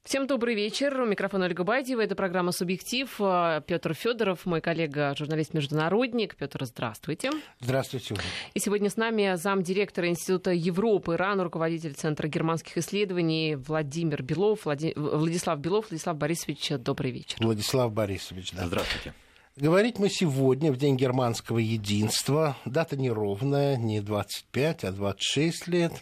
Всем добрый вечер. У микрофона Ольга Бадьева. Это программа «Субъектив». Петр Федоров, мой коллега, журналист-международник. Петр, здравствуйте. Здравствуйте. И сегодня с нами замдиректора Института Европы РАН, руководитель Центра германских исследований Владислав Белов. Владислав Борисович, добрый вечер. Владислав Борисович, да. Здравствуйте. Говорить мы сегодня, в День германского единства, дата неровная, не 25, а 26 лет,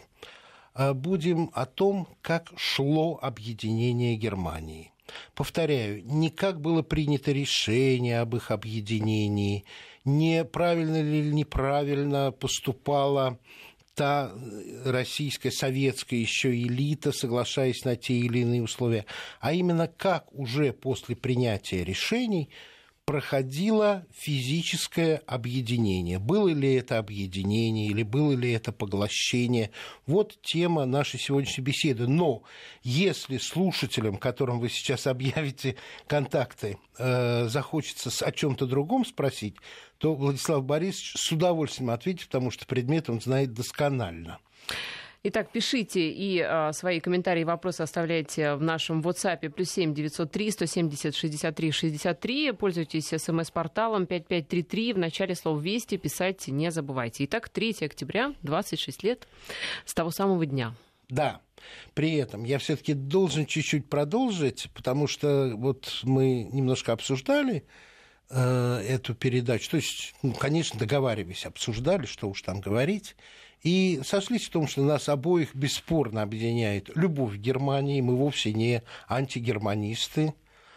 будем о том, как шло объединение Германии. Повторяю, не как было принято решение об их объединении, не правильно или неправильно поступала та российская, советская еще элита, соглашаясь на те или иные условия, а именно как уже после принятия решений проходило физическое объединение. Было ли это объединение или было ли это поглощение? Вот тема нашей сегодняшней беседы. Но если слушателям, которым вы сейчас объявите контакты, захочется о чем-то другом спросить, то Владислав Борисович с удовольствием ответит, потому что предмет он знает досконально. Итак, пишите и свои комментарии и вопросы оставляйте в нашем WhatsApp +7 903 170 63 63. Пользуйтесь СМС-порталом 5533. В начале слов «Вести» писать не забывайте. Итак, 3 октября, 26 лет с того самого дня. Да, при этом я все-таки должен чуть-чуть продолжить, потому что вот мы немножко обсуждали эту передачу. То есть, конечно, договаривались, обсуждали, что уж там говорить. И сошлись в том, что нас обоих бесспорно объединяет любовь к Германии, мы вовсе не антигерманисты,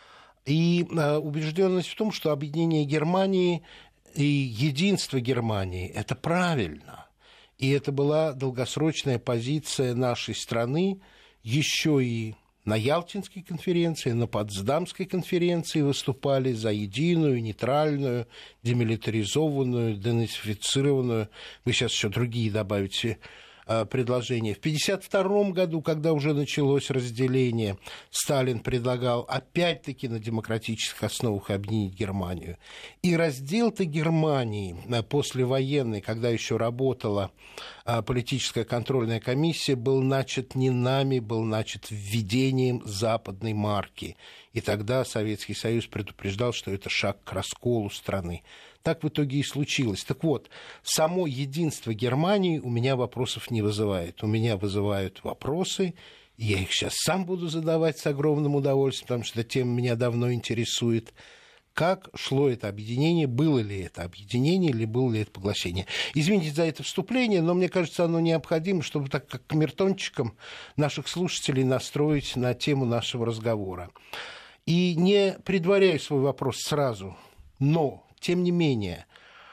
и убежденность в том, что объединение Германии и единство Германии – это правильно. И это была долгосрочная позиция нашей страны, еще и на Ялтинской конференции, на Потсдамской конференции выступали за единую, нейтральную, демилитаризованную, денацифицированную. Вы сейчас еще другие добавите предложения. В 1952 году, когда уже началось разделение, Сталин предлагал опять-таки на демократических основах объединить Германию. И раздел-то Германии послевоенный, когда еще работала политическая контрольная комиссия, был начат не нами, был начат введением западной марки. И тогда Советский Союз предупреждал, что это шаг к расколу страны. Так в итоге и случилось. Так вот, само единство Германии у меня вопросов не вызывает. У меня вызывают вопросы, и я их сейчас сам буду задавать с огромным удовольствием, потому что эта тема меня давно интересует. Как шло это объединение, было ли это объединение или было ли это поглощение. Извините за это вступление, но мне кажется, оно необходимо, чтобы так как камертончиком наших слушателей настроить на тему нашего разговора. И не предваряю свой вопрос сразу, но, тем не менее,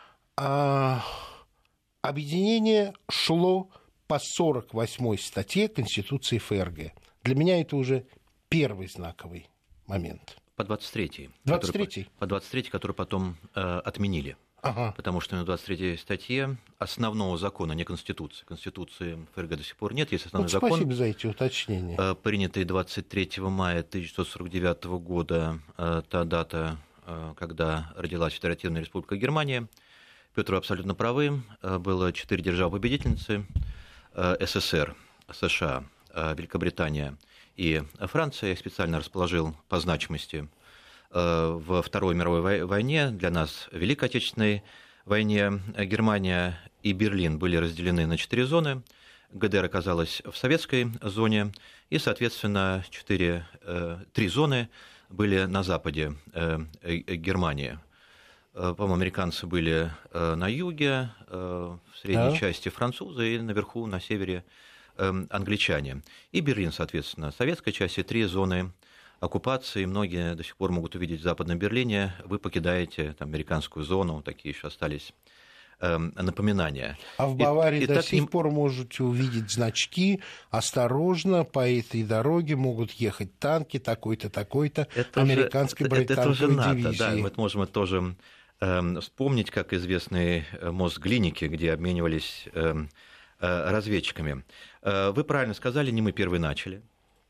объединение шло по 48-й статье Конституции ФРГ. Для меня это уже первый знаковый момент. По 23-й. 23-й? По 23-й, который потом отменили. Ага. Потому что на 23-й статье основного закона, не Конституции. Конституции ФРГ до сих пор нет. Есть основной закон. Спасибо за эти уточнения. Принятый 23 мая 1949 года, та дата, когда родилась Федеративная Республика Германия. Петр, вы абсолютно правы. Было 4 державы-победительницы: СССР, США, Великобритания и Франция. Я специально расположил по значимости во Второй мировой войне, для нас в Великой Отечественной войне. Германия и Берлин были разделены на 4 зоны. ГДР оказалась в советской зоне, и, соответственно, 3 зоны были на западе Германии. По-моему, американцы были на юге, в средней части французы, и наверху, на севере, англичане. И Берлин, соответственно, советская часть, и 3 зоны оккупации. Многие до сих пор могут увидеть в Западном Берлине. Вы покидаете там американскую зону, такие еще остались напоминания. А в Баварии до сих пор можете увидеть значки: осторожно, по этой дороге могут ехать танки такой-то, такой-то, американской бронетанковой дивизии. Да, мы можем это тоже вспомнить, как известный мост Глиники, где обменивались разведчиками. Вы правильно сказали, не мы первые начали.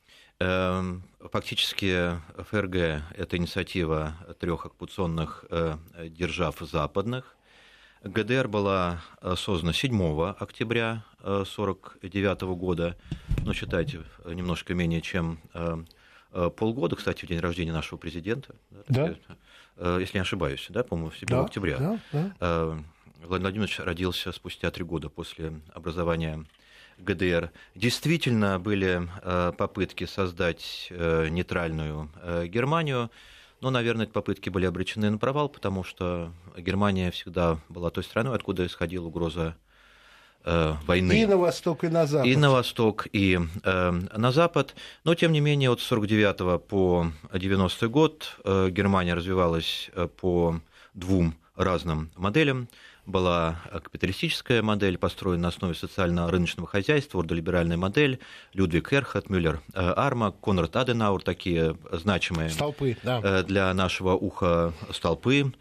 Фактически ФРГ – это инициатива 3 оккупационных держав западных. ГДР была создана 7 октября 1949 года, ну, считайте, немножко менее чем полгода, кстати, в день рождения нашего президента. Да? Если не ошибаюсь, да, по-моему, 7 октября. Да. Владимир Владимирович родился спустя 3 года после образования ГДР. Действительно были попытки создать нейтральную Германию, но, наверное, эти попытки были обречены на провал, потому что Германия всегда была той страной, откуда исходила угроза войны. И на восток, и на запад. И на восток, и на запад. Но, тем не менее, от 1949 по 1990 год Германия развивалась по 2 разным моделям. Была капиталистическая модель, построена на основе социально-рыночного хозяйства, ордолиберальная модель, Людвиг Эрхард, Мюллер Армак, Конрад Аденауэр, такие значимые столпы, да, для нашего уха столпы.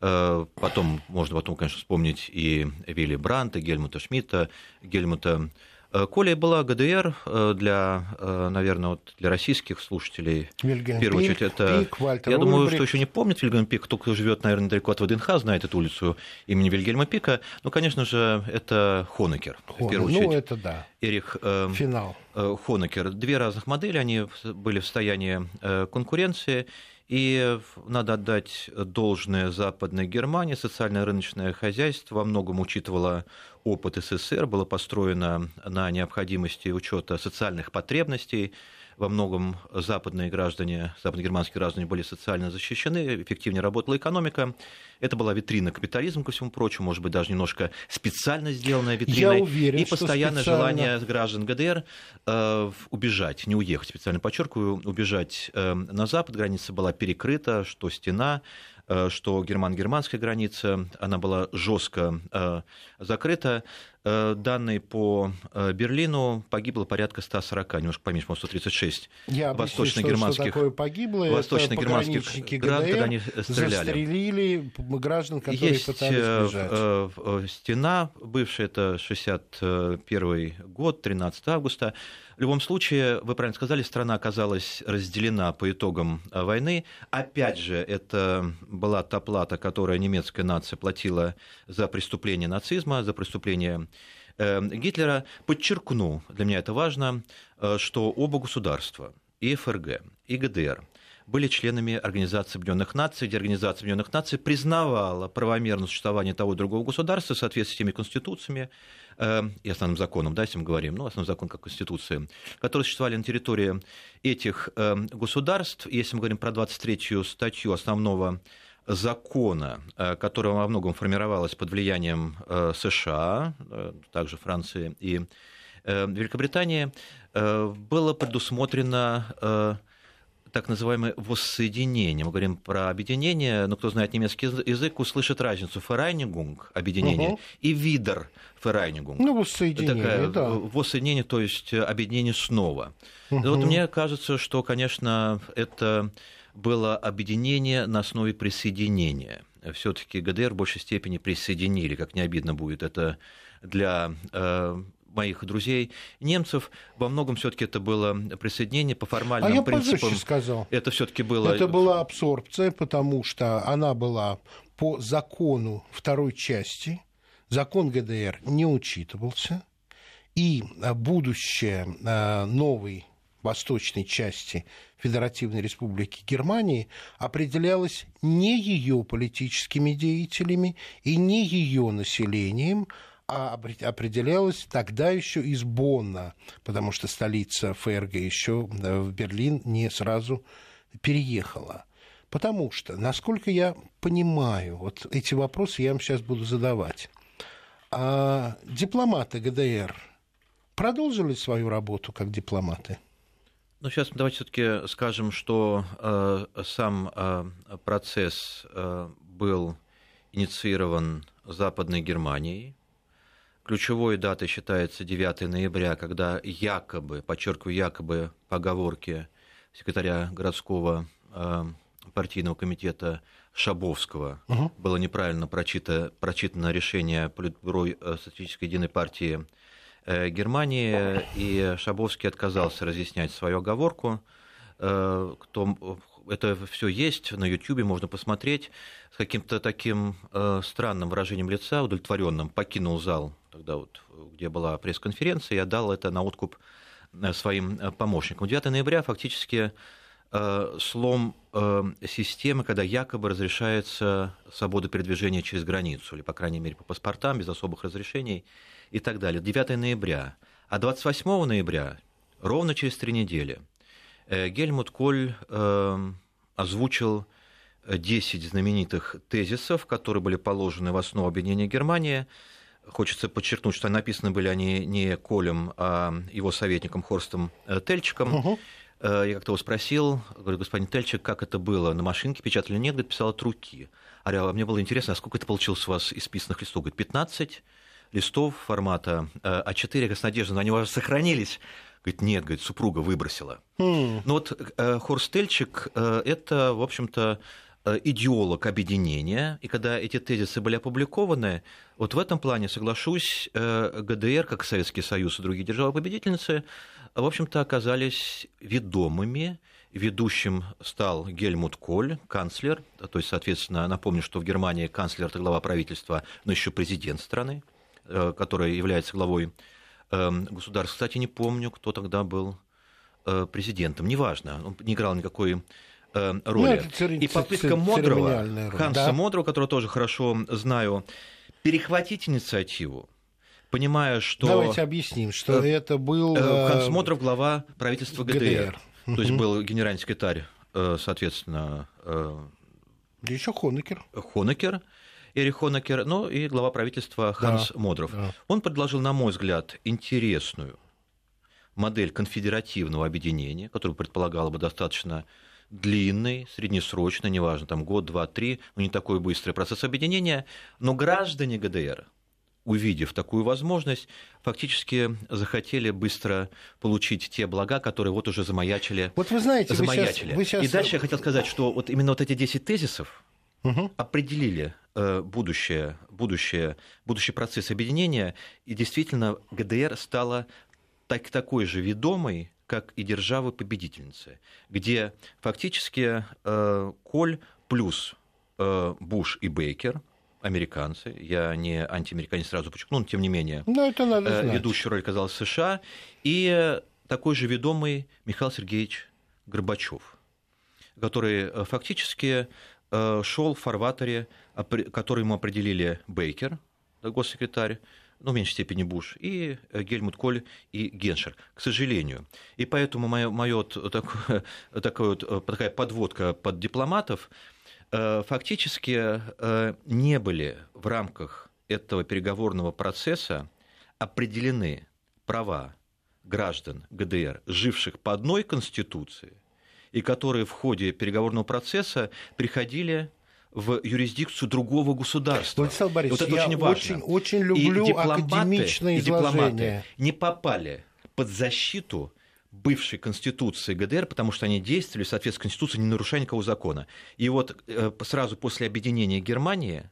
Потом, конечно, вспомнить и Вилли Брандта, и Гельмута Шмидта, Гельмута Коля. Была ГДР для, наверное, для российских слушателей. Вильгельм в первую очередь, это, Пик, Вальтер я думаю, Ульбрихт. что еще не помнит Вильгельм Пик, кто живет, наверное, далеко от ВДНХ, знает эту улицу имени Вильгельма Пика. Ну, конечно же, это Хонекер. В первую очередь. Ну, это да. Эрих Финал. Хонекер. 2 разных модели, они были в состоянии конкуренции. И надо отдать должное Западной Германии. Социальное рыночное хозяйство во многом учитывало опыт СССР, было построено на необходимости учета социальных потребностей. Во многом западногерманские граждане были социально защищены, эффективнее работала экономика. Это была витрина капитализма, ко всему прочему, может быть, даже немножко специально сделанная витрина. Я уверен, и постоянное желание граждан ГДР убежать, не уехать, специально подчеркиваю, убежать на запад. Граница была перекрыта, что стена, что германо-германская граница, она была жестко закрыта. Данные по Берлину погибло порядка 140, немножко поменьше, 136 восточно-германских граждан, когда они стреляли. Застрелили граждан, которые пытались бежать. Есть стена бывшая, это 61 год, 13 августа. В любом случае, вы правильно сказали, страна оказалась разделена по итогам войны. Опять же, это была та плата, которую немецкая нация платила за преступление нацизма, за преступление Гитлера. Подчеркну, для меня это важно, что оба государства, и ФРГ, и ГДР, были членами Организации Объединенных Наций, где Организация Объединенных Наций признавала правомерное существование того и другого государства в соответствии с теми конституциями и основным законом, да, если мы говорим, основной закон как конституция, которые существовали на территории этих государств. Если мы говорим про 23-ю статью основного закона, которая во многом формировалась под влиянием США, также Франции и Великобритании, было предусмотрено так называемое воссоединение. Мы говорим про объединение, но кто знает немецкий язык, услышит разницу Vereinigung – объединение, и Wiedervereinigung. Воссоединение, да. Воссоединение, то есть объединение снова. Вот мне кажется, что, конечно, это было объединение на основе присоединения. Все-таки ГДР в большей степени присоединили, как не обидно будет это для моих друзей немцев. Во многом все-таки это было присоединение по формальным принципам. Сказал. Это все-таки было. Это была абсорбция, потому что она была по закону второй части. Закон ГДР не учитывался, и будущее новой восточной части Федеративной Республики Германии определялось не ее политическими деятелями и не ее населением, а определялось тогда еще из Бонна, потому что столица ФРГ еще в Берлин не сразу переехала. Потому что, насколько я понимаю, вот эти вопросы я вам сейчас буду задавать, дипломаты ГДР продолжили свою работу как дипломаты? Ну, сейчас давайте все-таки скажем, что сам процесс был инициирован Западной Германией. Ключевой датой считается 9 ноября, когда якобы, подчеркиваю, якобы по оговорке секретаря городского партийного комитета Шабовского было неправильно прочитано решение Политбюро Социалистической единой партии Германии, и Шабовский отказался разъяснять свою оговорку. Это все есть на Ютьюбе, можно посмотреть. С каким-то таким странным выражением лица, удовлетворенным, покинул зал, тогда вот, где была пресс-конференция, и отдал это на откуп своим помощникам. 9 ноября фактически слом системы, когда якобы разрешается свобода передвижения через границу, или, по крайней мере, по паспортам, без особых разрешений и так далее. 9 ноября. А 28 ноября, ровно через 3 недели, Гельмут Коль озвучил 10 знаменитых тезисов, которые были положены в основу объединения Германии. Хочется подчеркнуть, что написаны были они не Колем, а его советником Хорстом Тельчиком. Я как-то его спросил, говорю, господин Тельчик, как это было? На машинке печатали? Нет, говорит, писал от руки. А мне было интересно, а сколько это получилось у вас исписанных листов? Говорит, 15 листов формата А4. Я говорю, с надеждой, но они у вас сохранились? Говорит, нет, говорит, супруга выбросила. Ну вот Хорст Тельчик – это, в общем-то, идеолог объединения, и когда эти тезисы были опубликованы, вот в этом плане, соглашусь, ГДР, как Советский Союз и другие державы-победительницы, в общем-то, оказались ведомыми. Ведущим стал Гельмут Коль, канцлер, то есть, соответственно, напомню, что в Германии канцлер – это глава правительства, но еще президент страны, который является главой государства. Кстати, не помню, кто тогда был президентом, неважно, он не играл никакой роли. И попытка Модрова, Ханса Модрова, которого тоже хорошо знаю, перехватить инициативу, понимая, что... Давайте объясним, что это был... Ханс Модров, глава правительства ГДР. То есть был генеральный секретарь, соответственно... Еще Хонекер. Эрих Хонекер, ну и глава правительства Ханс Модров. Да. Он предложил, на мой взгляд, интересную модель конфедеративного объединения, которая предполагала бы достаточно длинный, среднесрочный, неважно, там год, два, три, но не такой быстрый процесс объединения, но граждане ГДР, увидев такую возможность, фактически захотели быстро получить те блага, которые вот уже замаячили. Вот вы знаете, вы сейчас... И дальше я хотел сказать, что вот именно вот эти 10 тезисов определили будущий процесс объединения, и действительно ГДР стала такой же ведомой, как и державы-победительницы, где фактически Коль плюс Буш и Бейкер, американцы, я не антиамериканец, сразу подчеркну, но тем не менее, ведущую роль оказалась США, и такой же ведомый Михаил Сергеевич Горбачев, который фактически шел в фарватере, который ему определили Бейкер, госсекретарь, ну, в меньшей степени Буш, и Гельмут Коль и Геншер, к сожалению. И поэтому такая подводка под дипломатов фактически не были в рамках этого переговорного процесса определены права граждан ГДР, живших по одной конституции, и которые в ходе переговорного процесса приходили в юрисдикцию другого государства. Владислав Борисович, вот это я очень люблю академичное изложение. Не попали под защиту бывшей конституции ГДР, потому что они действовали в соответствии с конституцией, не нарушая никакого закона. И вот сразу после объединения Германии,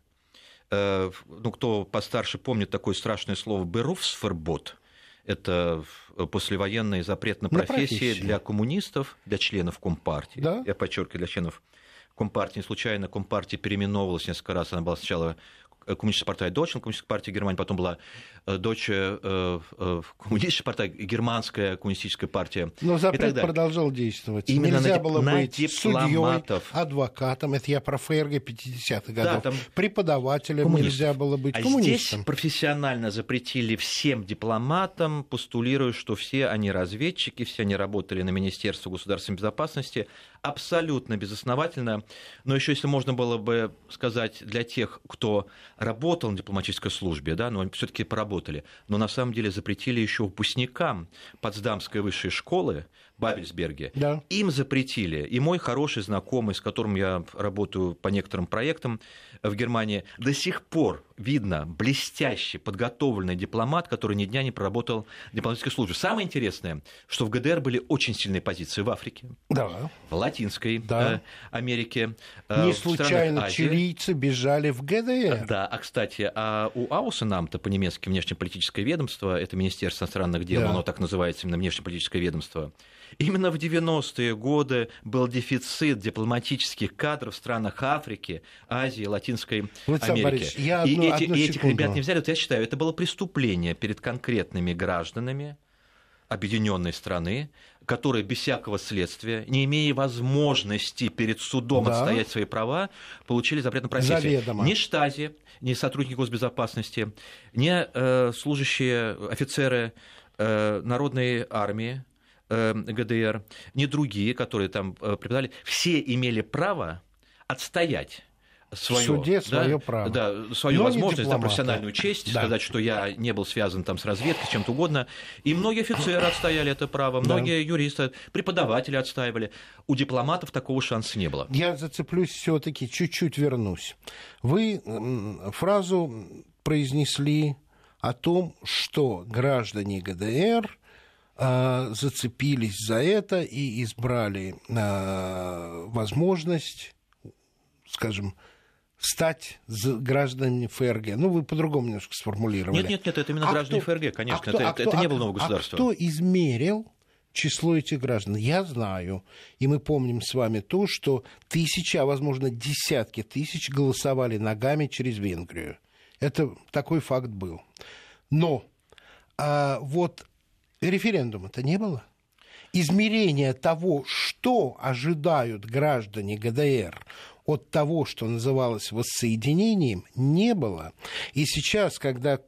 ну, кто постарше помнит такое страшное слово «беруфсфербот», это послевоенный запрет на профессии для коммунистов, для членов Компартии. Да? Я подчеркиваю, для членов Компартии. Не случайно Компартия переименовывалась несколько раз. Она была сначала Коммунистическая партия Deutschland, Коммунистическая партия Германии, потом была Deutsche Kommunistische партия, Германская коммунистическая партия. Но запрет продолжал действовать. Именно нельзя было быть дипломатов. Судьей, адвокатом, это я про ФРГ 50-х годов, да, преподавателем коммунистов. Нельзя было быть коммунистом. Здесь профессионально запретили всем дипломатам, постулируя, что все они разведчики, все они работали на Министерство государственной безопасности, абсолютно безосновательно. Но еще, если можно было бы сказать, для тех, кто работал на дипломатической службе, да, но они все-таки поработали, но на самом деле запретили еще выпускникам Потсдамской высшей школы в Бабельсберге. Да. Им запретили. И мой хороший знакомый, с которым я работаю по некоторым проектам в Германии, до сих пор видно блестящий, подготовленный дипломат, который ни дня не проработал в дипломатической службе. Самое интересное, что в ГДР были очень сильные позиции в Африке, да, в Латинской Америке. Не случайно чилийцы бежали в ГДР. Да, кстати, у Аусенамта, по-немецки внешнеполитическое ведомство, это Министерство иностранных дел, да, оно так называется, именно внешнеполитическое ведомство, именно в 90-е годы был дефицит дипломатических кадров в странах Африки, Азии, Латинской Америки. И этих ребят не взяли. Вот я считаю, это было преступление перед конкретными гражданами объединенной страны, которые без всякого следствия, не имея возможности перед судом отстоять свои права, получили запрет на профессию. Заведомо. Ни Штази, ни сотрудники госбезопасности, ни служащие офицеры Народной армии ГДР, ни другие, которые там преподавали, все имели право отстоять свое, в суде свое право. Да, свою возможность, профессиональную честь, сказать, что я не был связан там с разведкой, с чем-то угодно. И многие офицеры отстояли это право, многие юристы, преподаватели отстаивали. У дипломатов такого шанса не было. Я зацеплюсь все-таки, чуть-чуть вернусь. Вы фразу произнесли о том, что граждане ГДР зацепились за это и избрали возможность, скажем, стать гражданами ФРГ. Ну, вы по-другому немножко сформулировали. Нет, это именно граждане ФРГ, конечно. Это не было нового государства. Кто измерил число этих граждан? Я знаю. И мы помним с вами то, что тысячи, а возможно десятки тысяч голосовали ногами через Венгрию. Это такой факт был. Но вот референдума-то не было. Измерение того, что ожидают граждане ГДР от того, что называлось воссоединением, не было. И сейчас, когда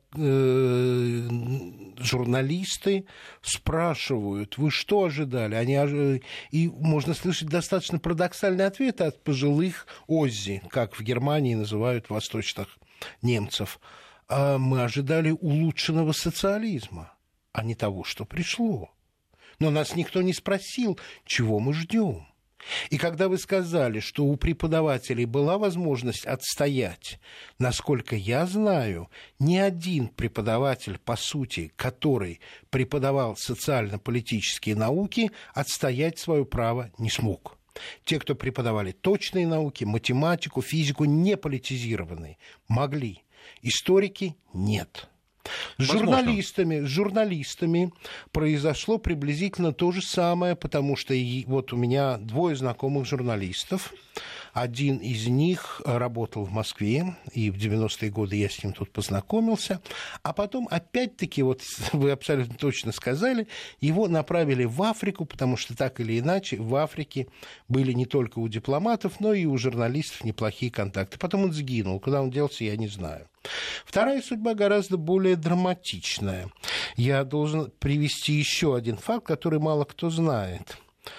журналисты спрашивают, вы что ожидали? И можно слышать достаточно парадоксальный ответ от пожилых Оззи, как в Германии называют восточных немцев. Мы ожидали улучшенного социализма, а не того, что пришло. Но нас никто не спросил, чего мы ждем. И когда вы сказали, что у преподавателей была возможность отстоять, насколько я знаю, ни один преподаватель, по сути, который преподавал социально-политические науки, отстоять свое право не смог. Те, кто преподавали точные науки, математику, физику, не политизированные, могли. Историки – нет. С журналистами произошло приблизительно то же самое, потому что вот у меня двое знакомых журналистов. Один из них работал в Москве, и в 90-е годы я с ним тут познакомился. А потом, опять-таки, вот вы абсолютно точно сказали, его направили в Африку, потому что так или иначе в Африке были не только у дипломатов, но и у журналистов неплохие контакты. Потом он сгинул. Куда он делся, я не знаю. Вторая судьба гораздо более драматичная. Я должен привести еще один факт, который мало кто знает.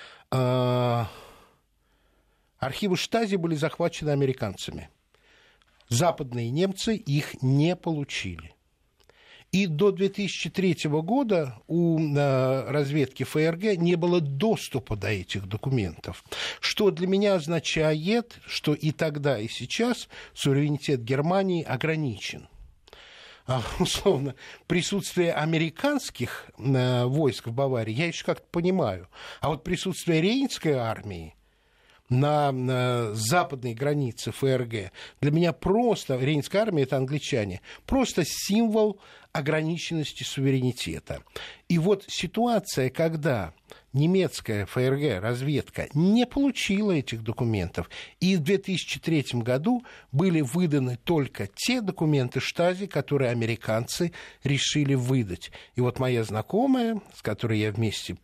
Архивы Штази были захвачены американцами. Западные немцы их не получили. И до 2003 года у разведки ФРГ не было доступа до этих документов, что для меня означает, что и тогда, и сейчас суверенитет Германии ограничен. Условно, присутствие американских войск в Баварии я еще как-то понимаю, а вот присутствие Рейнской армии на западной границе ФРГ для меня просто, Рейнская армия — это англичане, просто символ ограниченности суверенитета. И вот ситуация, когда немецкая ФРГ, разведка, не получила этих документов, и в 2003 году были выданы только те документы Штази, которые американцы решили выдать. И вот моя знакомая, с которой я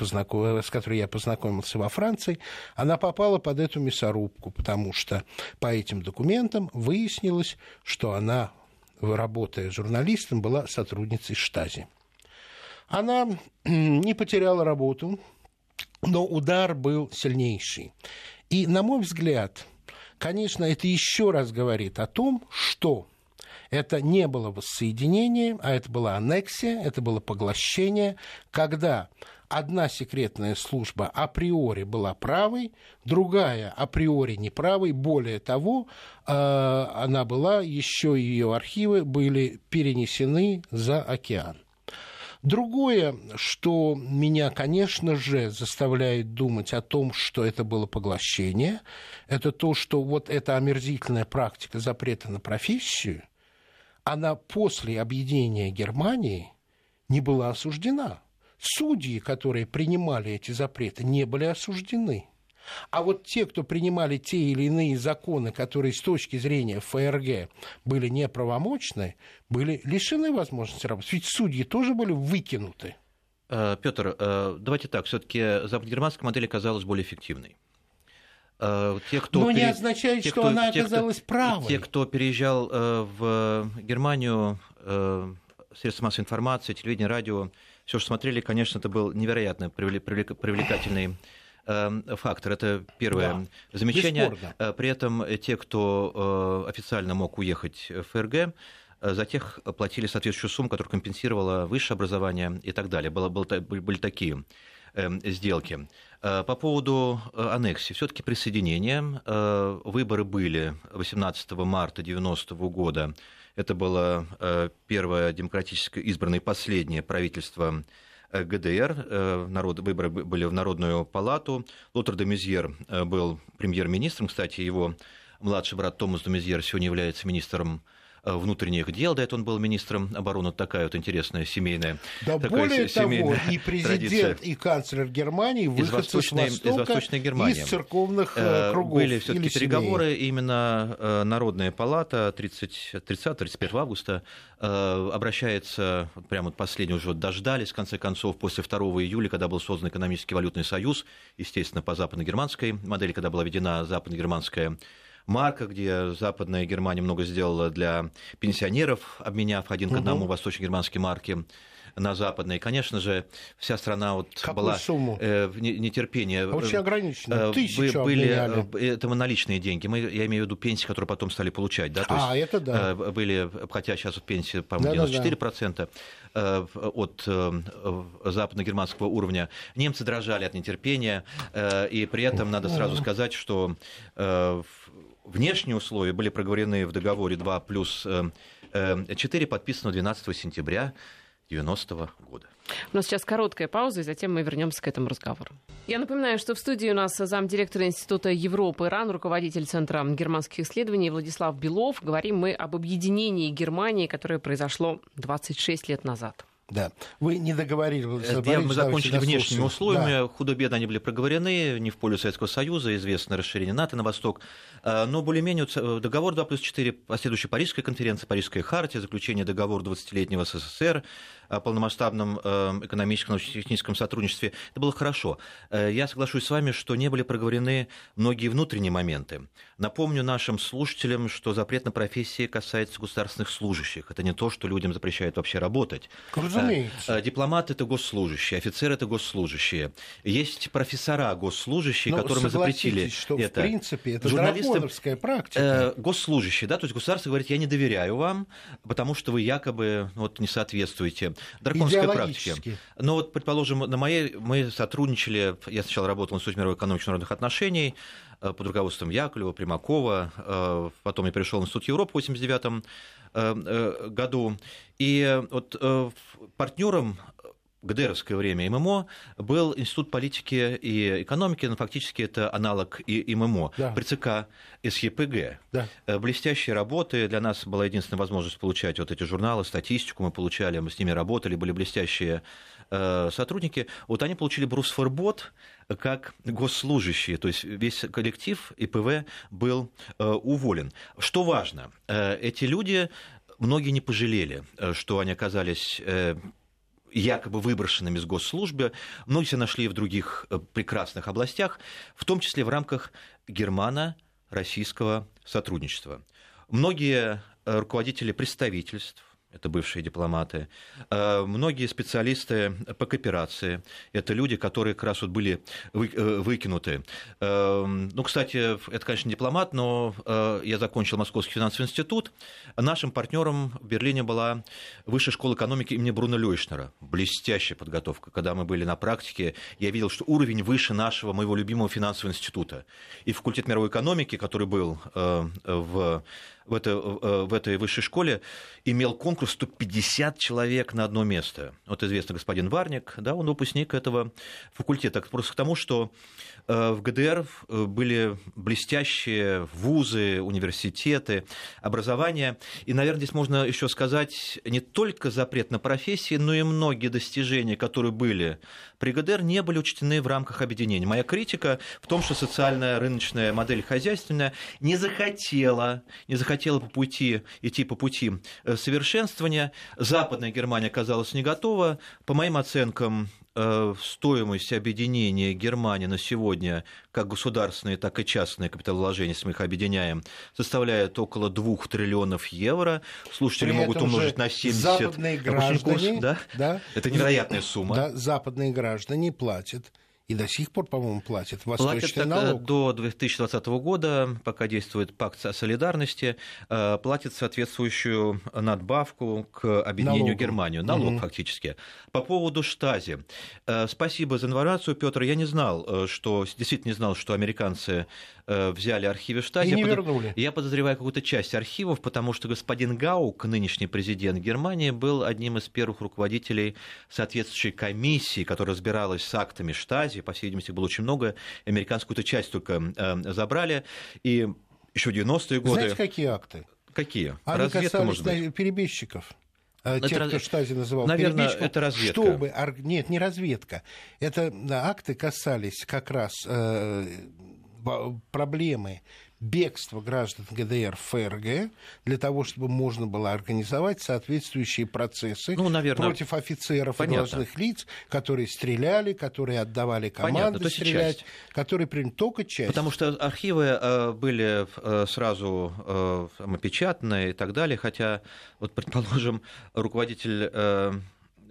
познакомился во Франции, она попала под эту мясорубку, потому что по этим документам выяснилось, что она, работая журналистом, была сотрудницей Штази. Она не потеряла работу, но удар был сильнейший. И, на мой взгляд, конечно, это еще раз говорит о том, что это не было воссоединение, а это была аннексия, это было поглощение, когда одна секретная служба априори была правой, другая априори неправой. Более того, она была, еще ее архивы были перенесены за океан. Другое, что меня, конечно же, заставляет думать о том, что это было поглощение, это то, что вот эта омерзительная практика запрета на профессию, она после объединения Германии не была осуждена. Судьи, которые принимали эти запреты, не были осуждены. А вот те, кто принимали те или иные законы, которые с точки зрения ФРГ были неправомочны, были лишены возможности работать. Ведь судьи тоже были выкинуты. Петр, давайте так, все-таки западногерманская модель оказалась более эффективной. Но не означает, что она оказалась правой. Те, кто переезжал в Германию, средства массовой информации, телевидение, радио, все, что смотрели, конечно, это был невероятно привлекательный фактор. Это первое замечание. Бесспорно. При этом те, кто официально мог уехать в ФРГ, за тех платили соответствующую сумму, которая компенсировала высшее образование и так далее. Были такие сделки. По поводу аннексии, все-таки присоединение. Выборы были 18 марта 1990 года. Это было первое демократически избранное и последнее правительство ГДР. Выборы были в Народную палату. Лотар де Мезьер был премьер-министром. Кстати, его младший брат Томас де Мезьер сегодня является министром внутренних дел, до этого он был министром обороны. Такая вот интересная семейная более того, и президент, традиция. И канцлер Германии выходцы с Востока, из Восточной Германии. Из церковных кругов. Были все-таки переговоры, именно Народная палата 30-31 августа обращается, прямо последний уже дождались, в конце концов, после 2 июля, когда был создан экономический валютный союз, естественно, по западно-германской модели, когда была введена западно-германская марка, где Западная Германия много сделала для пенсионеров, обменяв 1 к 1 восточно-германские марки на западные. Конечно же, вся страна вот была в нетерпении. Очень ограничена. 1000 обменяли. Это наличные деньги. Я имею в виду пенсии, которые потом стали получать. Да? То есть, это да. Были, хотя сейчас вот пенсии, по-моему, 94% от западно-германского уровня. Немцы дрожали от нетерпения, и при этом надо сразу сказать, что внешние условия были проговорены в договоре 2+4, подписанном 12 сентября 1990 года. У нас сейчас короткая пауза, и затем мы вернемся к этому разговору. Я напоминаю, что в студии у нас замдиректора Института Европы и РАН, руководитель Центра германских исследований Владислав Белов. Говорим мы об объединении Германии, которое произошло 26 лет назад. Да, вы не договорились. Мы закончили внешними условиями, да. Худо-бедно они были проговорены, не в пользу Советского Союза, известно расширение НАТО на восток, но более-менее договор 2+4, последующая Парижская конференция, Парижская хартия, заключение договора 20-летнего СССР о полномасштабном экономическом и научно-техническом сотрудничестве, это было хорошо. Я соглашусь с вами, что не были проговорены многие внутренние моменты. Напомню нашим слушателям, что запрет на профессии касается государственных служащих. Это не то, что людям запрещают вообще работать. Разумеется. Дипломаты – это госслужащие, офицеры – это госслужащие. Есть профессора госслужащие, но которым мы запретили что, это. В принципе, это драконовская практика. Госслужащие, да, то есть государство говорит, я не доверяю вам, потому что вы якобы не соответствуете драконовской практике. Но вот, предположим, мы сотрудничали, я сначала работал в Институте мировой экономики и международных отношений под руководством Яковлева, Примакова, потом я перешел в Институт Европы в 1989 году. И вот партнером в ГДРовское время ММО был Институт политики и экономики, но фактически это аналог и ММО, да. При ЦК СЕПГ. Да. Блестящие работы, для нас была единственная возможность получать вот эти журналы, статистику мы получали, мы с ними работали, были блестящие сотрудники. Вот они получили Брусфорбот как госслужащие, то есть весь коллектив ИПВ был уволен. Что важно, эти люди, многие не пожалели, что они оказались якобы выброшенными из госслужбы, многие себя нашли в других прекрасных областях, в том числе в рамках германо-российского сотрудничества. Многие руководители представительств, это бывшие дипломаты, многие специалисты по кооперации, это люди, которые как раз вот были выкинуты. Кстати, это, конечно, дипломат, но я закончил Московский финансовый институт. Нашим партнером в Берлине была Высшая школа экономики имени Бруно Лёйшнера. Блестящая подготовка. Когда мы были на практике, я видел, что уровень выше нашего, моего любимого финансового института. И факультет мировой экономики, который был в этой высшей школе, имел конкурс 150 человек на одно место. Вот известный господин Варник, да, он выпускник этого факультета. Просто к тому, что в ГДР были блестящие вузы, университеты, образование. И, наверное, здесь можно еще сказать не только запрет на профессии, но и многие достижения, которые были при ГДР, не были учтены в рамках объединения. Моя критика в том, что социальная рыночная модель хозяйственная не захотела идти по пути совершенства, усовершенствования. Западная Германия оказалась не готова. По моим оценкам, стоимость объединения Германии на сегодня, как государственные, так и частные капиталовложения, если мы их объединяем, составляет около 2 триллионов евро. Слушатели могут умножить на 70. Западные граждане, да? Это невероятная сумма. Да, западные граждане платят. И до сих пор, по-моему, платят восточный налог. До 2020 года, пока действует пакт о солидарности, платят соответствующую надбавку к объединению Германии. Налог фактически. По поводу Штази. Спасибо за информацию, Петр. Я действительно не знал, что американцы взяли архивы Штази. И не вернули. Я подозреваю какую-то часть архивов, потому что господин Гаук, нынешний президент Германии, был одним из первых руководителей соответствующей комиссии, которая разбиралась с актами Штази. По всей видимости, было очень много. Американскую часть только забрали. И еще 90-е годы... Знаете, какие акты? Какие? Они Разведка, может быть? Перебежчиков. Тех, кто Штази называл наверное, перебежчиком. это разведка. Нет, не разведка. Это акты касались как раз проблемы бегства граждан ГДР в ФРГ для того, чтобы можно было организовать соответствующие процессы против офицеров и должностных лиц, которые стреляли, которые отдавали команды стрелять, которые приняли только часть. Потому что архивы были сразу опечатаны и так далее, хотя, вот, предположим, руководитель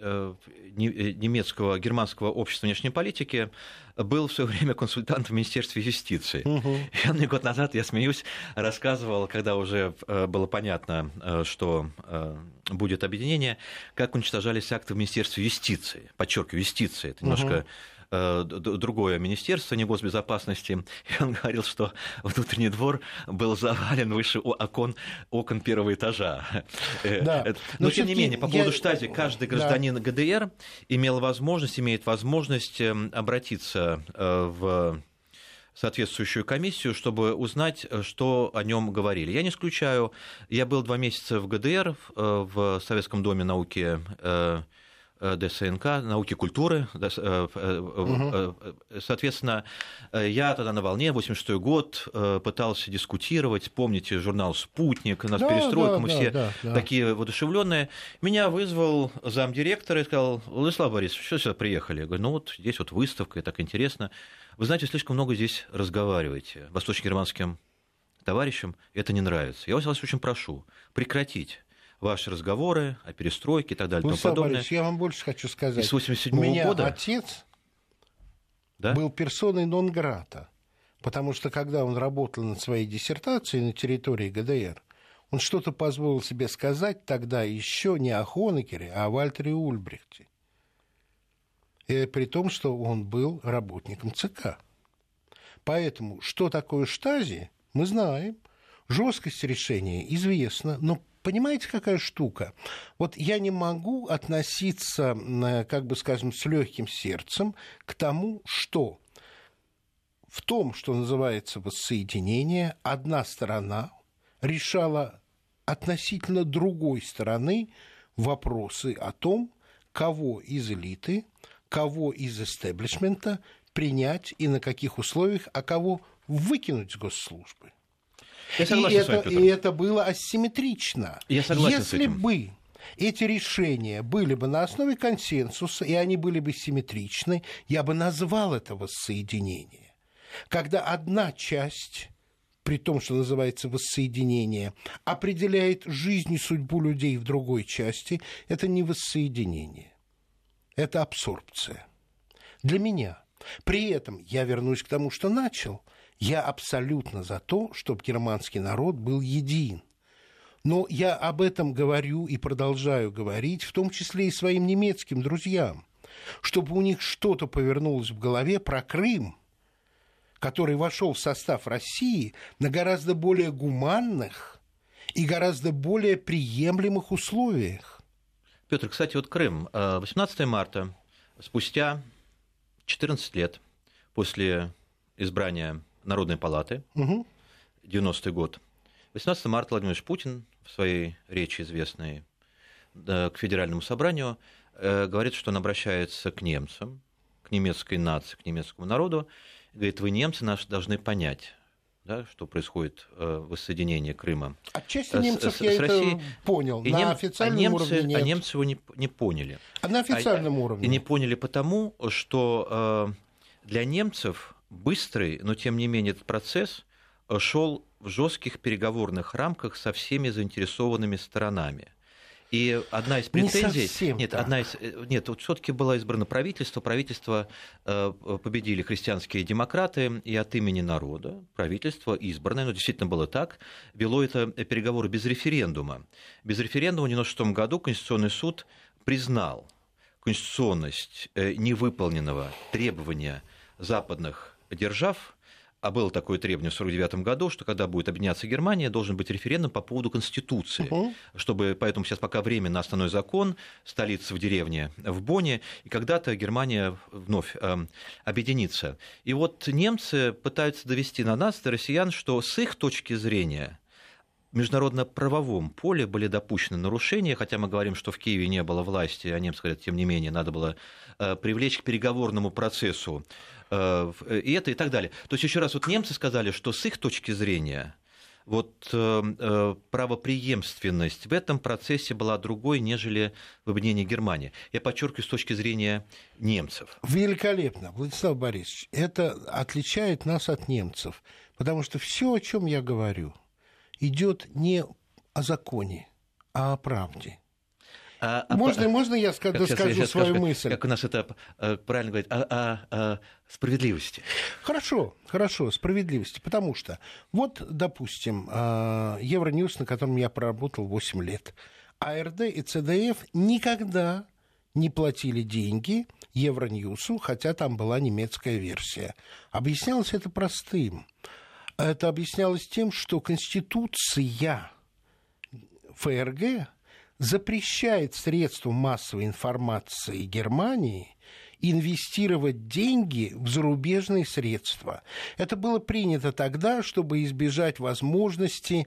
германского общества внешней политики был в свое время консультантом в Министерстве юстиции. И он мне год назад, я смеюсь, рассказывал, когда уже было понятно, что будет объединение, как уничтожались акты в Министерстве юстиции. Подчеркиваю, юстиции. Это немножко другое министерство, не госбезопасности. И он говорил, что внутренний двор был завален выше окон первого этажа. Да. Но, тем не менее, по поводу Штази, каждый гражданин ГДР имеет возможность обратиться в соответствующую комиссию, чтобы узнать, что о нем говорили. Я не исключаю, я был 2 месяца в ГДР, в Советском доме науки ДСНК, науки культуры. Соответственно, я тогда на волне, 86-й год, пытался дискутировать. Помните журнал «Спутник», у нас перестройка, мы все такие воодушевленные. Меня вызвал замдиректора и сказал: Владислав Борисович, что сюда приехали? Я говорю: ну вот здесь вот выставка, и так интересно. Вы знаете, слишком много здесь разговариваете восточно-германским товарищам, это не нравится. Я вас очень прошу прекратить ваши разговоры о перестройке и так далее. Владислав Борисович, я вам больше хочу сказать. И с 87 года... отец был персоной нон-грата, потому что когда он работал над своей диссертацией на территории ГДР, он что-то позволил себе сказать тогда еще не о Хонекере, а о Вальтере Ульбрихте. И при том, что он был работником ЦК. Поэтому, что такое Штази, мы знаем. Жесткость решения известна, но понимаете, какая штука? Вот я не могу относиться, как бы скажем, с легким сердцем к тому, что в том, что называется воссоединение, одна сторона решала относительно другой стороны вопросы о том, кого из элиты, кого из истеблишмента принять и на каких условиях, а кого выкинуть с госслужбы. И это было асимметрично. Если бы эти решения были бы на основе консенсуса, и они были бы симметричны, я бы назвал это воссоединение. Когда одна часть, при том, что называется воссоединение, определяет жизнь и судьбу людей в другой части, это не воссоединение. Это абсорбция. Для меня. При этом я вернусь к тому, что начал. Я абсолютно за то, чтобы германский народ был един. Но я об этом говорю и продолжаю говорить, в том числе и своим немецким друзьям, чтобы у них что-то повернулось в голове про Крым, который вошел в состав России на гораздо более гуманных и гораздо более приемлемых условиях. Петр, кстати, вот Крым. 18 марта, спустя 14 лет после избрания Народной палаты, 90-й год, 18 марта Владимир Ильич Путин в своей речи известной к Федеральному собранию говорит, что он обращается к немцам, к немецкой нации, к немецкому народу, говорит: вы, немцы, нас должны понять. да, что происходит воссоединение Крыма. Отчасти немцев я это понял. И на официальном уровне нет. А немцы его не поняли. А на официальном уровне? И не поняли потому, что для немцев быстрый, но тем не менее этот процесс шел в жестких переговорных рамках со всеми заинтересованными сторонами. И одна из претензий... Нет, вот все-таки было избрано правительство. Правительство победили христианские демократы, и от имени народа правительство избранное, но действительно было так, вело это переговоры без референдума. Без референдума в 1996 году Конституционный суд признал конституционность невыполненного требования западных держав. А было такое требование в 1949 году, что когда будет объединяться Германия, должен быть референдум по поводу Конституции. Чтобы, поэтому сейчас пока временно основной закон, столица в деревне в Бонне, и когда-то Германия вновь объединится. И вот немцы пытаются довести на нас, до россиян, что с их точки зрения в международно-правовом поле были допущены нарушения, хотя мы говорим, что в Киеве не было власти, а немцы говорят, тем не менее, надо было привлечь к переговорному процессу и это, и так далее. То есть, еще раз, вот немцы сказали, что с их точки зрения вот правопреемственность в этом процессе была другой, нежели в объединении Германии. Я подчеркиваю, с точки зрения немцев. Великолепно, Владислав Борисович. Это отличает нас от немцев, потому что все, о чем я говорю, идет не о законе, а о правде. Можно я доскажу свою мысль? Как у нас это правильно говорить, о справедливости. Хорошо, справедливости. Потому что, вот, допустим, Евроньюс, на котором я проработал 8 лет, АРД и ЦДФ никогда не платили деньги Евроньюсу, хотя там была немецкая версия. Объяснялось это простым. Это объяснялось тем, что Конституция ФРГ запрещает средствам массовой информации Германии инвестировать деньги в зарубежные средства. Это было принято тогда, чтобы избежать возможности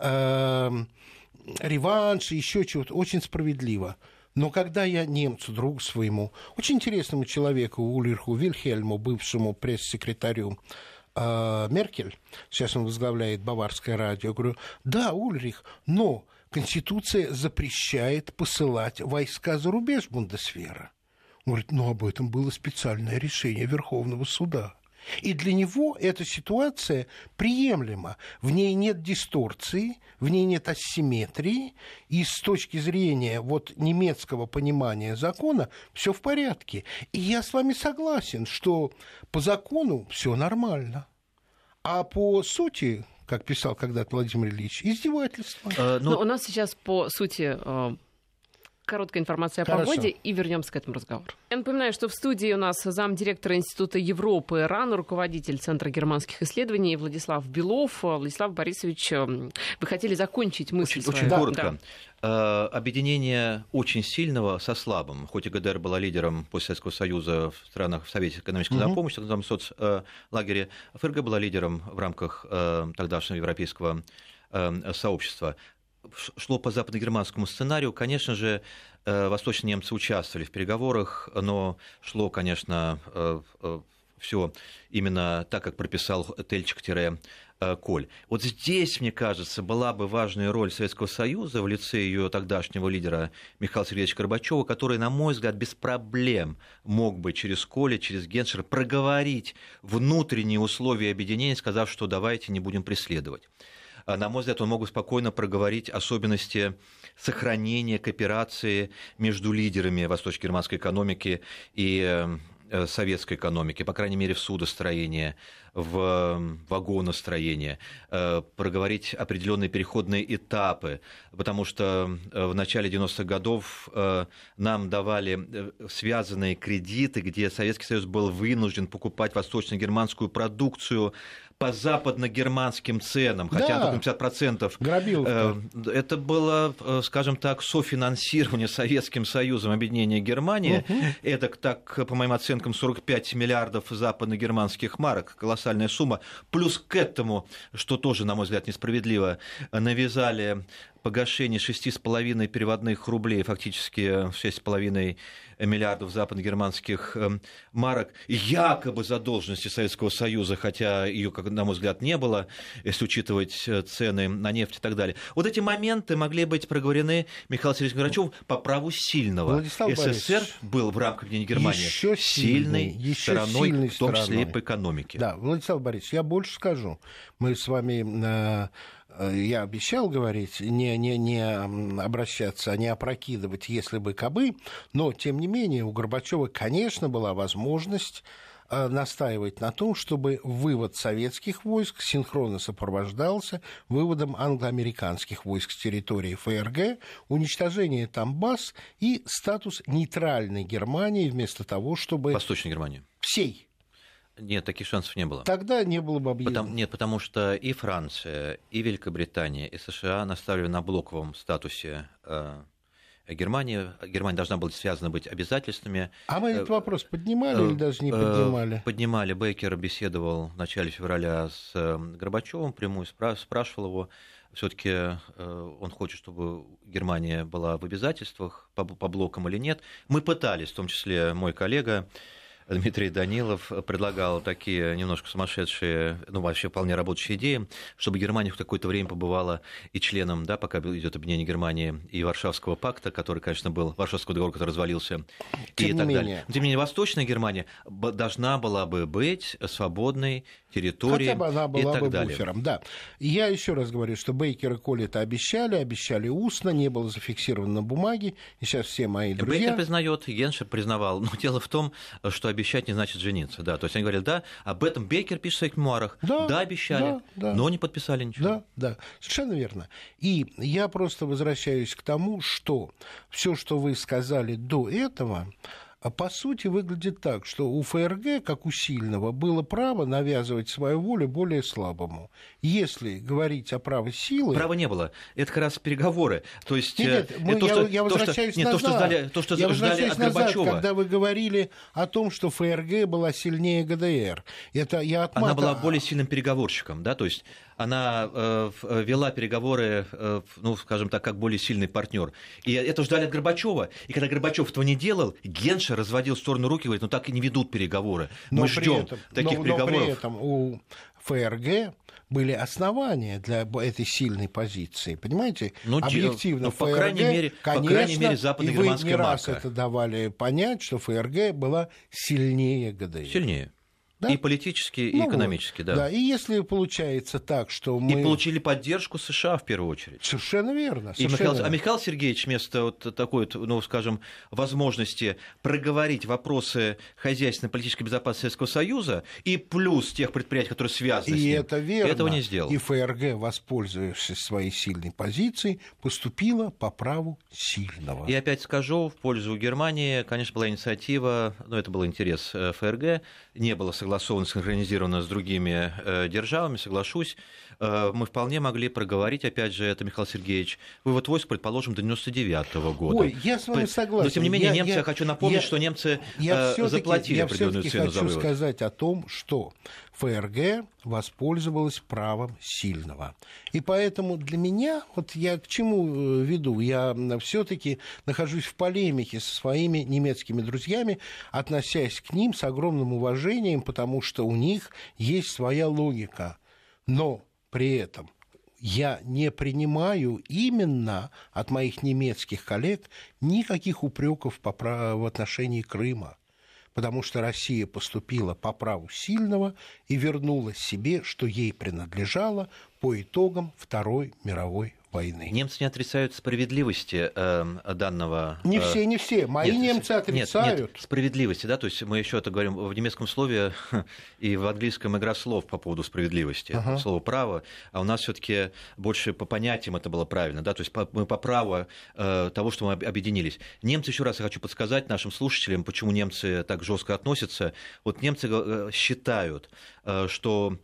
реванша, еще чего-то. Очень справедливо. Но когда я немцу, другу своему, очень интересному человеку, Ульриху Вильхельму, бывшему пресс-секретарю Меркель, сейчас он возглавляет Баварское радио, говорю, да, Ульрих, но Конституция запрещает посылать войска за рубеж Бундесвера. Он говорит, об этом было специальное решение Верховного суда. И для него эта ситуация приемлема. В ней нет дисторции, в ней нет асимметрии, и с точки зрения вот немецкого понимания закона все в порядке. И я с вами согласен, что по закону все нормально, а по сути, как писал когда-то Владимир Ильич, издевательство. Но у нас сейчас по сути короткая информация о погоде, и вернемся к этому разговору. Я напоминаю, что в студии у нас замдиректора Института Европы РАН, руководитель Центра германских исследований Владислав Белов. Владислав Борисович, вы хотели закончить мысль свою? Очень коротко. Да. Объединение очень сильного со слабым. Хоть и ГДР была лидером после Советского Союза в странах в Совете экономической взаимопомощи, в том соцлагере, ФРГ была лидером в рамках тогдашнего европейского сообщества. Шло по западногерманскому сценарию. Конечно же, восточные немцы участвовали в переговорах, но шло, конечно, все именно так, как прописал Тельчик-Коль. Вот здесь, мне кажется, была бы важная роль Советского Союза в лице ее тогдашнего лидера Михаила Сергеевича Горбачева, который, на мой взгляд, без проблем мог бы через Коля, через Геншера проговорить внутренние условия объединения, сказав, что давайте не будем преследовать. На мой взгляд, он мог бы спокойно проговорить особенности сохранения кооперации между лидерами восточно-германской экономики и советской экономики, по крайней мере, в судостроении, в вагоностроении, проговорить определенные переходные этапы, потому что в начале 90-х годов нам давали связанные кредиты, где Советский Союз был вынужден покупать восточно-германскую продукцию по западно-германским ценам, хотя только 50%. Грабилка. Это было, скажем так, софинансирование Советским Союзом объединения Германии. Это, так, по моим оценкам, 45 миллиардов западно-германских марок, колоссальная сумма. Плюс к этому, что тоже, на мой взгляд, несправедливо, навязали погашение 6,5 переводных рублей, фактически 6,5 миллиардов западногерманских марок, якобы задолженности Советского Союза, хотя ее, на мой взгляд, не было, если учитывать цены на нефть и так далее. Вот эти моменты могли быть проговорены Михаилом Сергеевичем Горбачевым по праву сильного. Владислав СССР был в рамках объединения Германии сильной стороной, в том числе и по экономике. Да, Владислав Борисович, я больше скажу. Мы с вами... Я обещал говорить, не обращаться, не опрокидывать, если бы кабы, но, тем не менее, у Горбачева, конечно, была возможность настаивать на том, чтобы вывод советских войск синхронно сопровождался выводом англо-американских войск с территории ФРГ, уничтожение там баз и статус нейтральной Германии вместо того, чтобы... Восточной Германии. Всей. Нет, таких шансов не было. Тогда не было бы объединения. Потому что и Франция, и Великобритания, и США наставили на блоковом статусе Германии. Германия должна была связана быть обязательствами. А мы этот вопрос поднимали или даже не поднимали? Поднимали. Бейкер беседовал в начале февраля с Горбачевым, прямую спрашивал его. Все-таки он хочет, чтобы Германия была в обязательствах по блокам или нет. Мы пытались, в том числе мой коллега Дмитрий Данилов предлагал такие немножко сумасшедшие, вообще вполне рабочие идеи, чтобы Германия в какое-то время побывала и членом, да, пока идет объединение Германии, и Варшавского пакта, который, конечно, был, Варшавского договора, который развалился, и так далее. Тем не менее, Восточная Германия должна была бы быть свободной территорией, хотя бы она была и так бы далее. буфером, да. И я еще раз говорю, что Бейкер и Коль это обещали устно, не было зафиксировано на бумаге, и сейчас все мои друзья... Бейкер признает, Геншер признавал, но дело в том, что обещать не значит жениться, да, то есть они говорят, да, об этом Бейкер пишет в своих мемуарах, да, обещали, но не подписали ничего. Да, совершенно верно. И я просто возвращаюсь к тому, что все, что вы сказали до этого, по сути, выглядит так, что у ФРГ, как у сильного, было право навязывать свою волю более слабому. Если говорить о праве силы... Права не было. Это как раз переговоры. То есть, я возвращаюсь назад. То, что ждали от Горбачева. Когда вы говорили о том, что ФРГ была сильнее ГДР. Она была более сильным переговорщиком, да, то есть она вела переговоры, скажем так, как более сильный партнер. И это ждали от Горбачева. И когда Горбачев этого не делал, Геншер разводил в сторону руки и говорит, так и не ведут переговоры. Мы ждем таких переговоров. Но при этом у ФРГ были основания для этой сильной позиции. Понимаете? Объективно по крайней мере, западно-германская марка. И вы не раз это давали понять, что ФРГ была сильнее ГДР. Сильнее. Да? И политически, и экономически, да. Да, и если получается так, что мы... И получили поддержку США в первую очередь. Совершенно верно. Михаил Сергеевич вместо такой, скажем, возможности проговорить вопросы хозяйственной политической безопасности Советского Союза и плюс тех предприятий, которые связаны с ним, это верно. Этого не сделал. И ФРГ, воспользовавшись своей сильной позицией, поступила по праву сильного. И опять скажу, в пользу Германии, конечно, была инициатива, это был интерес ФРГ, не было согласовано, синхронизировано с другими державами, соглашусь, мы вполне могли проговорить, опять же, это, Михаил Сергеевич, вывод войск, предположим, до 1999 года. Ой, я с вами согласен. Но, тем не менее, я хочу напомнить, что немцы заплатили определенную цену за вывод. Я хочу сказать о том, что ФРГ воспользовалась правом сильного. И поэтому для меня, я к чему веду, я все-таки нахожусь в полемике со своими немецкими друзьями, относясь к ним с огромным уважением, потому что у них есть своя логика. Но при этом я не принимаю именно от моих немецких коллег никаких упреков в отношении Крыма. Потому что Россия поступила по праву сильного и вернула себе, что ей принадлежало по итогам Второй мировой войны. Немцы не отрицают справедливости данного... Не все. Мои немцы отрицают. Нет, справедливости, да, то есть мы еще это говорим в немецком слове и в английском игра слов по поводу справедливости, слово «право», а у нас все-таки больше по понятиям это было правильно, да, то есть мы по праву того, что мы объединились. Немцы, еще раз я хочу подсказать нашим слушателям, почему немцы так жестко относятся. Немцы считают, что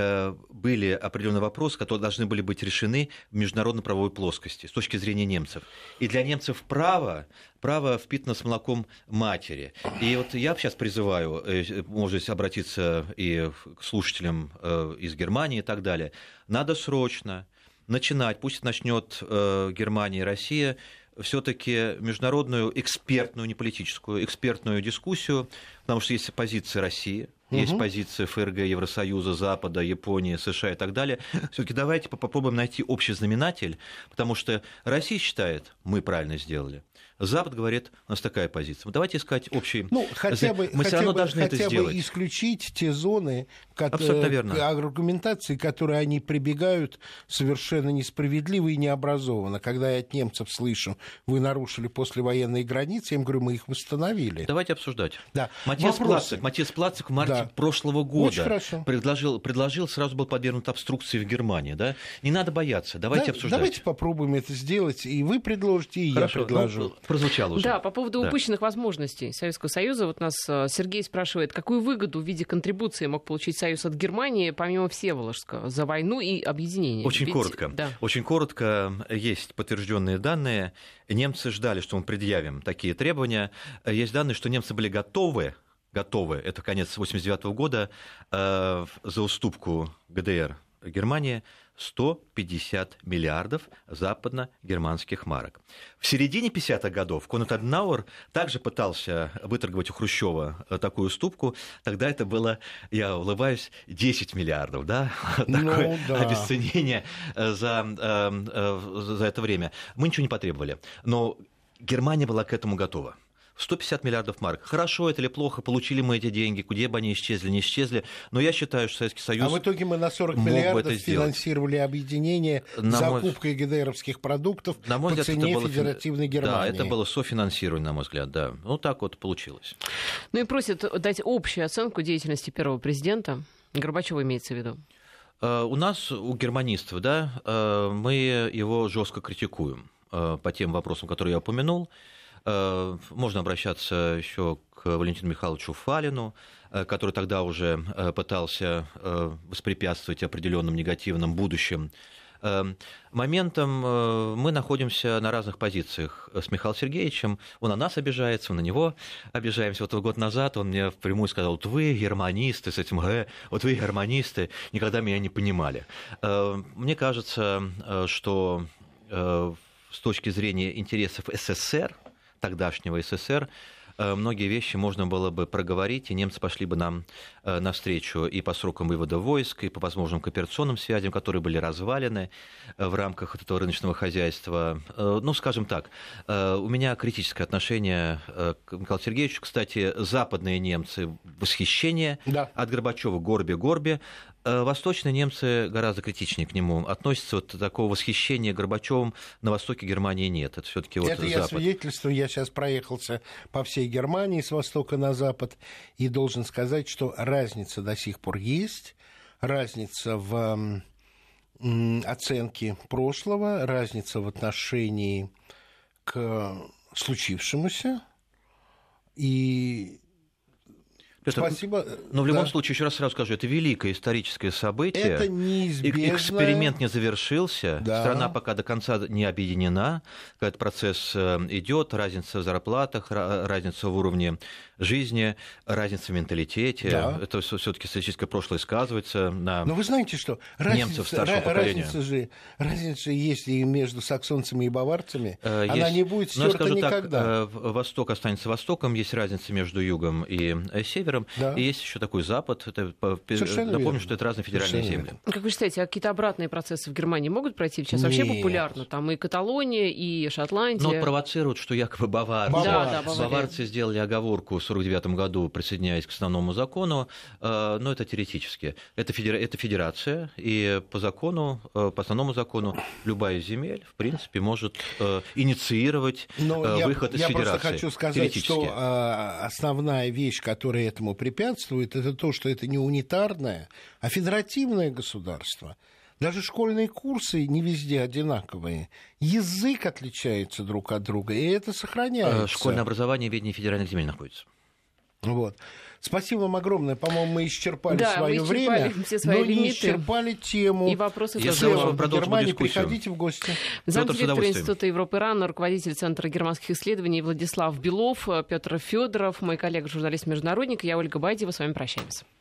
были определенные вопросы, которые должны были быть решены в международно-правовой плоскости с точки зрения немцев. И для немцев право впитано с молоком матери. И я сейчас призываю, можете обратиться и к слушателям из Германии и так далее, надо срочно начинать, пусть начнет Германия и Россия, все-таки международную экспертную, не политическую, экспертную дискуссию, потому что есть позиция России, есть позиции ФРГ, Евросоюза, Запада, Японии, США и так далее. Все-таки давайте попробуем найти общий знаменатель, потому что Россия считает, мы правильно сделали. Запад говорит, у нас такая позиция. Давайте искать общий... хотя бы исключить те зоны аргументации, которые они прибегают совершенно несправедливо и необразованно. Когда я от немцев слышу, вы нарушили послевоенные границы, я им говорю, мы их восстановили. Давайте обсуждать. Да. Матиас Плацик в марте прошлого года предложил, сразу был подвергнут обструкции в Германии. Да? Не надо бояться, давайте обсуждать. Давайте попробуем это сделать, и вы предложите, и я предложу. Прозвучало уже. Да, по поводу упущенных возможностей Советского Союза. Вот нас Сергей спрашивает, какую выгоду в виде контрибуции мог получить Союз от Германии, помимо Всеволожска, за войну и объединение? Очень коротко. Есть подтвержденные данные. Немцы ждали, что мы предъявим такие требования. Есть данные, что немцы были готовы, это конец 1989 года, за уступку ГДР Германии 150 миллиардов западно-германских марок. В середине 50-х годов Конрад Аденауэр также пытался выторговать у Хрущева такую уступку. Тогда это было, я улыбаюсь, 10 миллиардов. Да? Такое обесценение за это время. Мы ничего не потребовали. Но Германия была к этому готова. 150 миллиардов марок. Хорошо это или плохо, получили мы эти деньги, где бы они исчезли, не исчезли, но я считаю, что Советский Союз мог бы это сделать. А в итоге мы на 40 миллиардов финансировали объединение закупкой ГДРовских продуктов по цене федеративной Германии. Да, это было софинансирование, на мой взгляд, да. Ну, так вот получилось. Ну и просят дать общую оценку деятельности первого президента. Горбачева имеется в виду. У нас, у германистов, да, мы его жестко критикуем по тем вопросам, которые я упомянул. Можно обращаться еще к Валентину Михайловичу Фалину, который тогда уже пытался воспрепятствовать определенным негативным будущим моментам. Мы находимся на разных позициях с Михаилом Сергеевичем. Он на нас обижается, мы на него обижаемся. Вот год назад он мне впрямую сказал, вот вы германисты с этим «г», вот вы германисты никогда меня не понимали. Мне кажется, что с точки зрения интересов СССР, тогдашнего СССР, многие вещи можно было бы проговорить, и немцы пошли бы нам навстречу и по срокам вывода войск, и по возможным кооперационным связям, которые были развалены в рамках этого рыночного хозяйства. Ну, скажем так, у меня критическое отношение к Михаилу Сергеевичу. Кстати, западные немцы восхищение от Горбачева, Горби. Восточные немцы гораздо критичнее к нему относятся. Вот такого восхищения Горбачевым на востоке Германии нет. Это все-таки вот это Запад. Я свидетельствую. Я сейчас проехался по всей Германии с востока на запад и должен сказать, что разница до сих пор есть. Разница в оценке прошлого, разница в отношении к случившемуся. И спасибо. Но в любом случае, еще раз сразу скажу, это великое историческое событие. Это неизбежно. Эксперимент не завершился. Да. Страна пока до конца не объединена. Этот процесс идет. Разница в зарплатах, разница в уровне жизни, разница в менталитете. Да. Это все-таки статистическое прошлое сказывается на Но вы знаете, что немцев старшего поколения. Разница же есть и между саксонцами и баварцами. Она не будет стерта никогда. Восток останется Востоком. Есть разница между югом и севером. Да. И есть еще такой Запад. Напомню, что это разные федеральные земли. Как вы считаете, а какие-то обратные процессы в Германии могут пройти? Сейчас вообще популярно. Там и Каталония, и Шотландия. Но провоцируют, что якобы баварцы сделали оговорку в 1949 году, присоединяясь к основному закону. Но это теоретически. Это федерация. И по закону, по основному закону, любая из земель, в принципе, может инициировать выход из федерации. Я просто хочу сказать, что основная вещь, которая этому препятствует, это то, что это не унитарное, а федеративное государство. Даже школьные курсы не везде одинаковые. Язык отличается друг от друга, и это сохраняется. Школьное образование в ведении федеральных земель находится. Вот. Спасибо вам огромное. По-моему, мы исчерпали свое время, но не исчерпали тему. И вопросы тоже. Если вы продолжите дискуссию, приходите в гости. Замдиректор Института Европы РАН, руководитель Центра германских исследований Владислав Белов, Петр Федоров, мой коллега, журналист-международник, я Ольга Бадьева. С вами прощаемся.